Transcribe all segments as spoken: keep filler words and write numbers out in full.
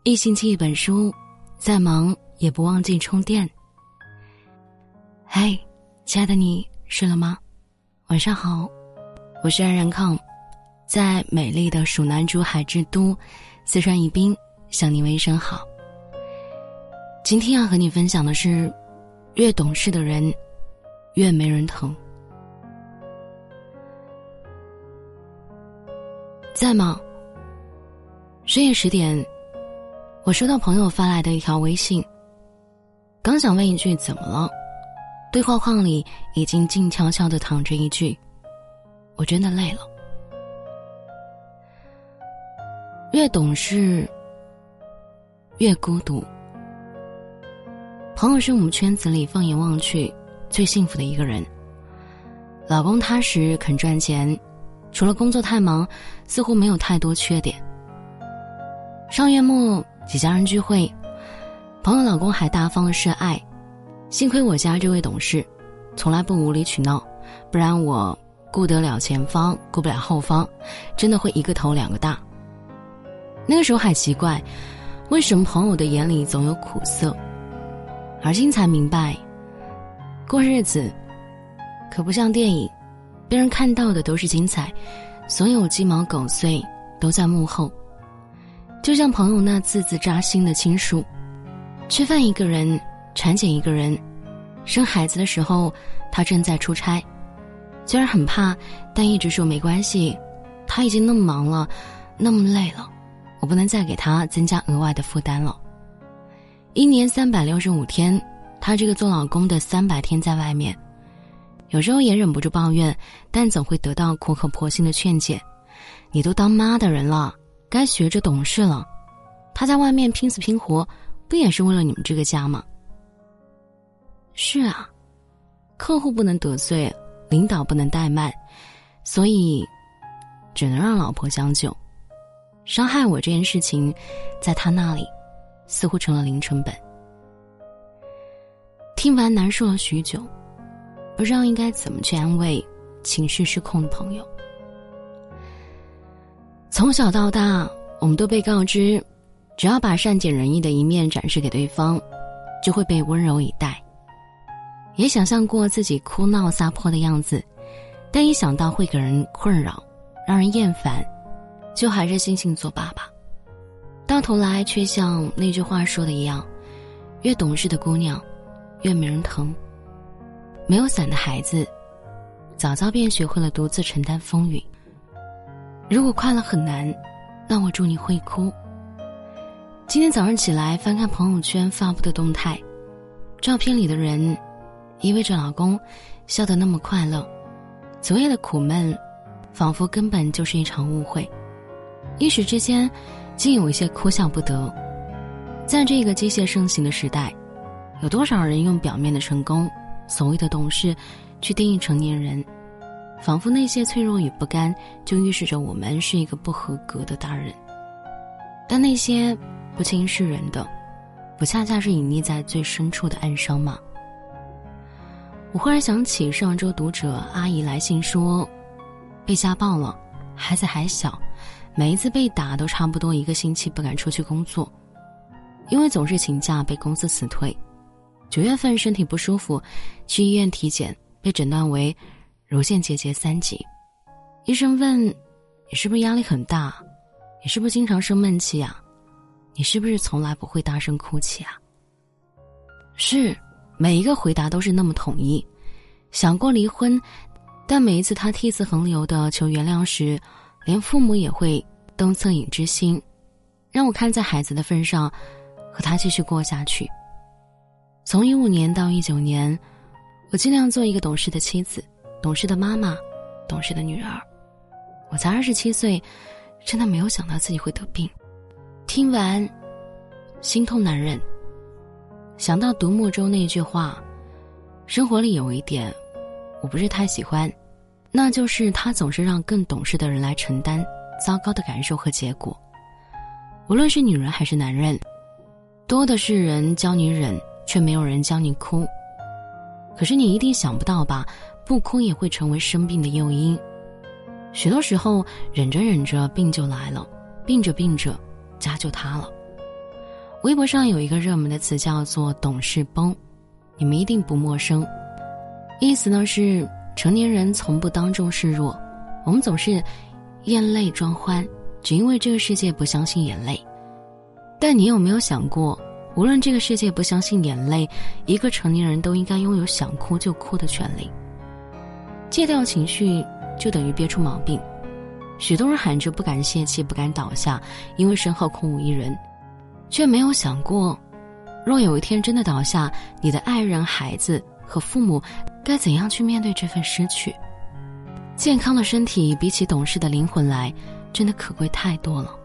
一星期一本书，再忙也不忘记充电。嘿，亲爱的你睡了吗？晚上好，我是安然抗，在美丽的蜀南珠海之都四川宜宾向你问一声好。今天要和你分享的是，越懂事的人越没人疼。在吗？深夜十点，我收到朋友发来的一条微信，刚想问一句怎么了，对话框里已经静悄悄地躺着一句，我真的累了。越懂事越孤独。朋友是我们圈子里放眼望去最幸福的一个人，老公踏实肯赚钱，除了工作太忙，似乎没有太多缺点。上月末几家人聚会，朋友老公还大方示爱，幸亏我家这位董事从来不无理取闹，不然我顾得了前方顾不了后方，真的会一个头两个大。那个时候还奇怪，为什么朋友的眼里总有苦涩，而今才明白，过日子可不像电影，别人看到的都是精彩，所有鸡毛狗碎都在幕后。就像朋友那字字扎心的倾诉，吃饭一个人，产检一个人，生孩子的时候他正在出差，虽然很怕，但一直说没关系，他已经那么忙了，那么累了，我不能再给他增加额外的负担了。一年三百六十五天，他这个做老公的三百天在外面，有时候也忍不住抱怨，但总会得到苦口婆心的劝解，你都当妈的人了，该学着懂事了，他在外面拼死拼活，不也是为了你们这个家吗？是啊，客户不能得罪，领导不能怠慢，所以只能让老婆将就。伤害我这件事情在他那里似乎成了零成本。听完难受了许久，不知道应该怎么去安慰情绪失控的朋友。从小到大，我们都被告知，只要把善解人意的一面展示给对方，就会被温柔以待。也想象过自己哭闹撒泼的样子，但一想到会给人困扰，让人厌烦，就还是悻悻做爸爸。到头来却像那句话说的一样，越懂事的姑娘越没人疼。没有伞的孩子早早便学会了独自承担风雨。如果快乐很难，那我祝你会哭。今天早上起来翻看朋友圈发布的动态，照片里的人依偎着老公笑得那么快乐，昨夜的苦闷仿佛根本就是一场误会，一时之间竟有一些哭笑不得。在这个机械盛行的时代，有多少人用表面的成功，所谓的懂事去定义成年人，仿佛那些脆弱与不甘就预示着我们是一个不合格的大人。但那些不轻视人的，不恰恰是隐匿在最深处的暗伤吗？我忽然想起上周读者阿姨来信说，被家暴了，孩子还小，每一次被打都差不多一个星期不敢出去工作，因为总是请假被公司辞退。九月份身体不舒服，去医院体检，被诊断为乳腺结节三级。医生问，你是不是压力很大？你是不是经常生闷气啊？你是不是从来不会大声哭泣啊？是，每一个回答都是那么统一。想过离婚，但每一次他涕泗横流的求原谅时，连父母也会动恻隐之心，让我看在孩子的份上和他继续过下去。从一五年到一九年，我尽量做一个懂事的妻子，懂事的妈妈，懂事的女儿。我才二十七岁，真的没有想到自己会得病。听完心痛难忍，想到独木舟那句话，生活里有一点我不是太喜欢，那就是他总是让更懂事的人来承担糟糕的感受和结果。无论是女人还是男人，多的是人教你忍，却没有人教你哭。可是你一定想不到吧，不哭也会成为生病的诱因。许多时候忍着忍着病就来了，病着病着家就塌了。 微博上有一个热门的词叫做懂事崩，你们一定不陌生。意思呢是成年人从不当众示弱，我们总是咽泪装欢，只因为这个世界不相信眼泪。但你有没有想过，无论这个世界不相信眼泪，一个成年人都应该拥有想哭就哭的权利。戒掉情绪就等于憋出毛病。许多人喊着不敢泄气，不敢倒下，因为身后空无一人，却没有想过，若有一天真的倒下，你的爱人、孩子和父母该怎样去面对这份失去。健康的身体比起懂事的灵魂来，真的可贵太多了。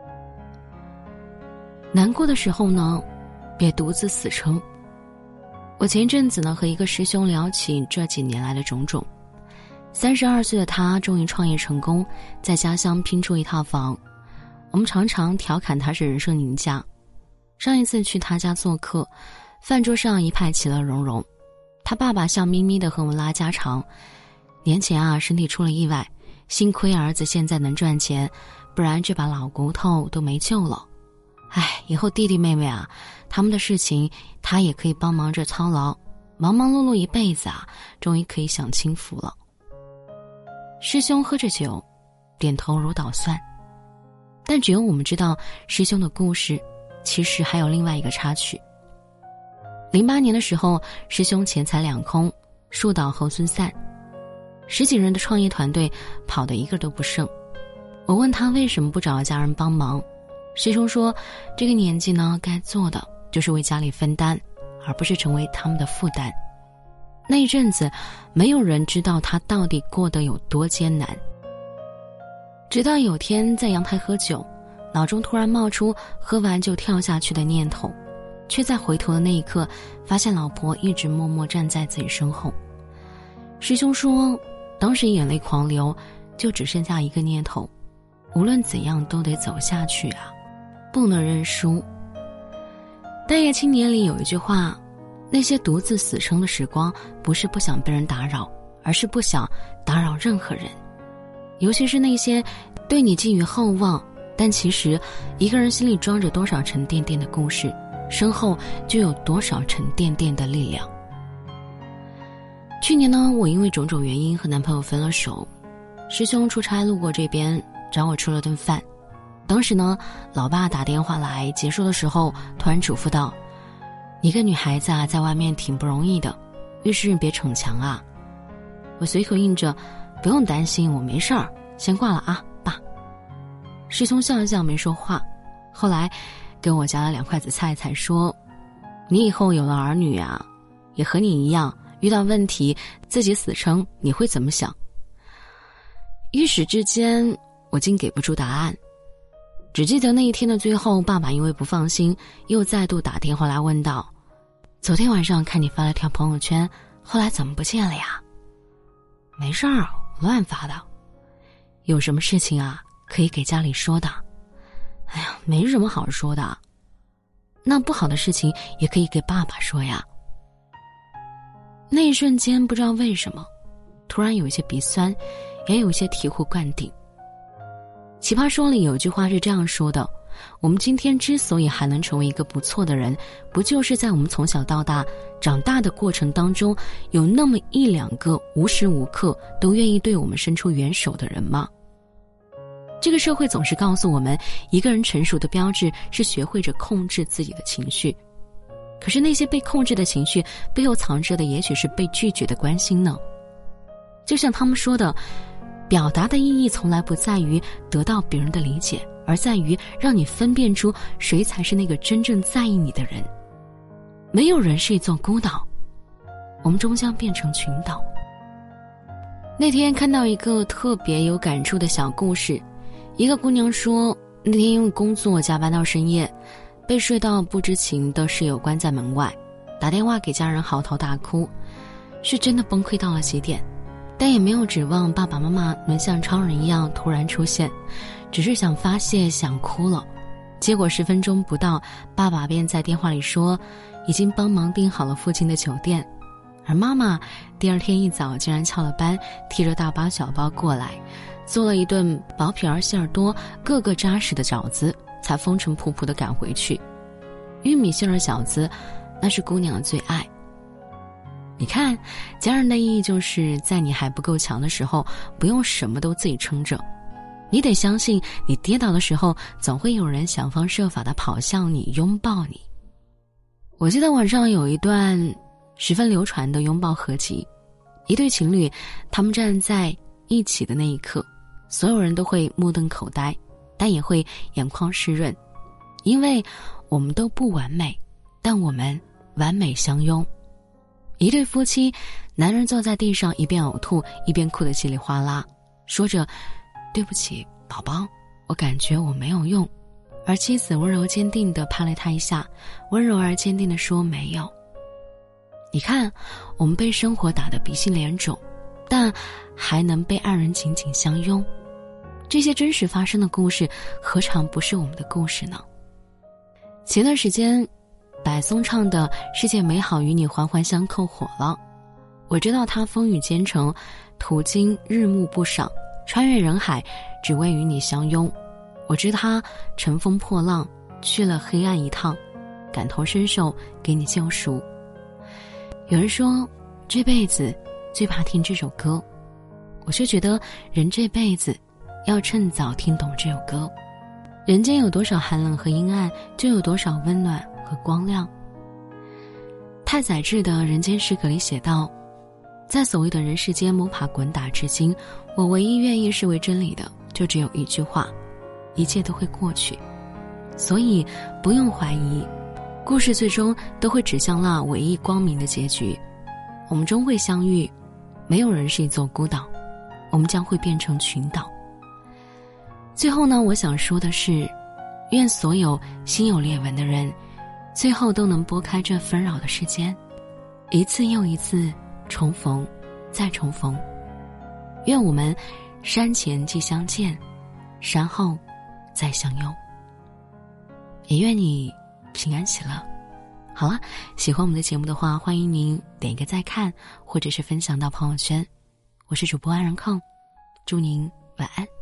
难过的时候呢，别独自死撑。我前阵子呢和一个师兄聊起这几年来的种种。三十二岁的他终于创业成功，在家乡拼出一套房。我们常常调侃他是人生赢家。上一次去他家做客，饭桌上一派其乐融融。他爸爸笑眯眯地和我们拉家常，年前啊身体出了意外，幸亏儿子现在能赚钱，不然这把老骨头都没救了。唉，以后弟弟妹妹啊，他们的事情他也可以帮忙着操劳，忙忙碌碌一辈子啊，终于可以享清福了。师兄喝着酒，点头如捣蒜。但只有我们知道师兄的故事，其实还有另外一个插曲。零八年的时候，师兄钱财两空，树倒猢狲散，十几人的创业团队跑得一个都不剩。我问他为什么不找家人帮忙，师兄说这个年纪呢，该做的就是为家里分担，而不是成为他们的负担。那一阵子没有人知道他到底过得有多艰难。直到有天在阳台喝酒，脑中突然冒出喝完就跳下去的念头，却在回头的那一刻发现老婆一直默默站在自己身后。师兄说当时眼泪狂流，就只剩下一个念头，无论怎样都得走下去啊，不能认输。待业青年里有一句话，那些独自死撑的时光，不是不想被人打扰，而是不想打扰任何人。尤其是那些对你寄予厚望，但其实一个人心里装着多少沉甸甸的故事，身后就有多少沉甸甸的力量。去年呢，我因为种种原因和男朋友分了手，师兄出差路过这边找我吃了顿饭。当时呢，老爸打电话来，结束的时候突然嘱咐道，一个女孩子啊，在外面挺不容易的，遇事别逞强啊。我随口应着，不用担心，我没事儿，先挂了啊，爸。师兄笑一笑没说话，后来跟我夹了两筷子菜才说，你以后有了儿女啊，也和你一样，遇到问题自己死撑，你会怎么想？一时之间我竟给不出答案，只记得那一天的最后，爸爸因为不放心，又再度打电话来问道，昨天晚上看你发了条朋友圈，后来怎么不见了呀？没事儿，乱发的。有什么事情啊，可以给家里说的。哎呀，没什么好说的。那不好的事情也可以给爸爸说呀。那一瞬间不知道为什么，突然有一些鼻酸，也有一些醍醐灌顶。奇葩说里有句话是这样说的，我们今天之所以还能成为一个不错的人，不就是在我们从小到大长大的过程当中，有那么一两个无时无刻都愿意对我们伸出援手的人吗？这个社会总是告诉我们，一个人成熟的标志是学会着控制自己的情绪，可是那些被控制的情绪背后藏着的也许是被拒绝的关心呢。就像他们说的，表达的意义从来不在于得到别人的理解，而在于让你分辨出谁才是那个真正在意你的人。没有人是一座孤岛，我们终将变成群岛。那天看到一个特别有感触的小故事，一个姑娘说，那天因为工作加班到深夜，被睡到不知情的室友关在门外，打电话给家人嚎啕大哭，是真的崩溃到了极点，但也没有指望爸爸妈妈能像超人一样突然出现，只是想发泄想哭了。结果十分钟不到，爸爸便在电话里说已经帮忙订好了附近的酒店，而妈妈第二天一早竟然翘了班，提着大包小包过来，做了一顿薄皮儿馅儿多个个扎实的饺子，才风尘仆仆地赶回去。 玉米馅儿饺子，那是姑娘的最爱。你看，家人的意义就是在你还不够强的时候，不用什么都自己撑着。你得相信，你跌倒的时候，总会有人想方设法地跑向你，拥抱你。我记得网上有一段十分流传的拥抱合集，一对情侣，他们站在一起的那一刻，所有人都会目瞪口呆，但也会眼眶湿润，因为我们都不完美，但我们完美相拥。一对夫妻，男人坐在地上一边呕吐一边哭得稀里哗啦，说着对不起宝宝，我感觉我没有用，而妻子温柔坚定地拍了他一下，温柔而坚定地说没有。你看，我们被生活打得鼻青脸肿，但还能被爱人紧紧相拥，这些真实发生的故事何尝不是我们的故事呢？前段时间柏松唱的《世界美好与你环环相扣》火了，我知道他风雨兼程，途经日暮不赏，穿越人海，只为与你相拥。我知他乘风破浪，去了黑暗一趟，感同身受，给你救赎。有人说这辈子最怕听这首歌，我却觉得人这辈子要趁早听懂这首歌。人间有多少寒冷和阴暗，就有多少温暖和光亮。太宰治的《人间失格》里写道，在所谓的人世间摸爬滚打至今，我唯一愿意视为真理的就只有一句话，一切都会过去。所以不用怀疑，故事最终都会指向那唯一光明的结局。我们终会相遇，没有人是一座孤岛，我们将会变成群岛。最后呢，我想说的是，愿所有心有裂纹的人最后都能拨开这纷扰的世间，一次又一次重逢再重逢。愿我们山前既相见，山后再相拥。也愿你平安喜乐。好了，喜欢我们的节目的话，欢迎您点一个再看，或者是分享到朋友圈。我是主播安然控，祝您晚安。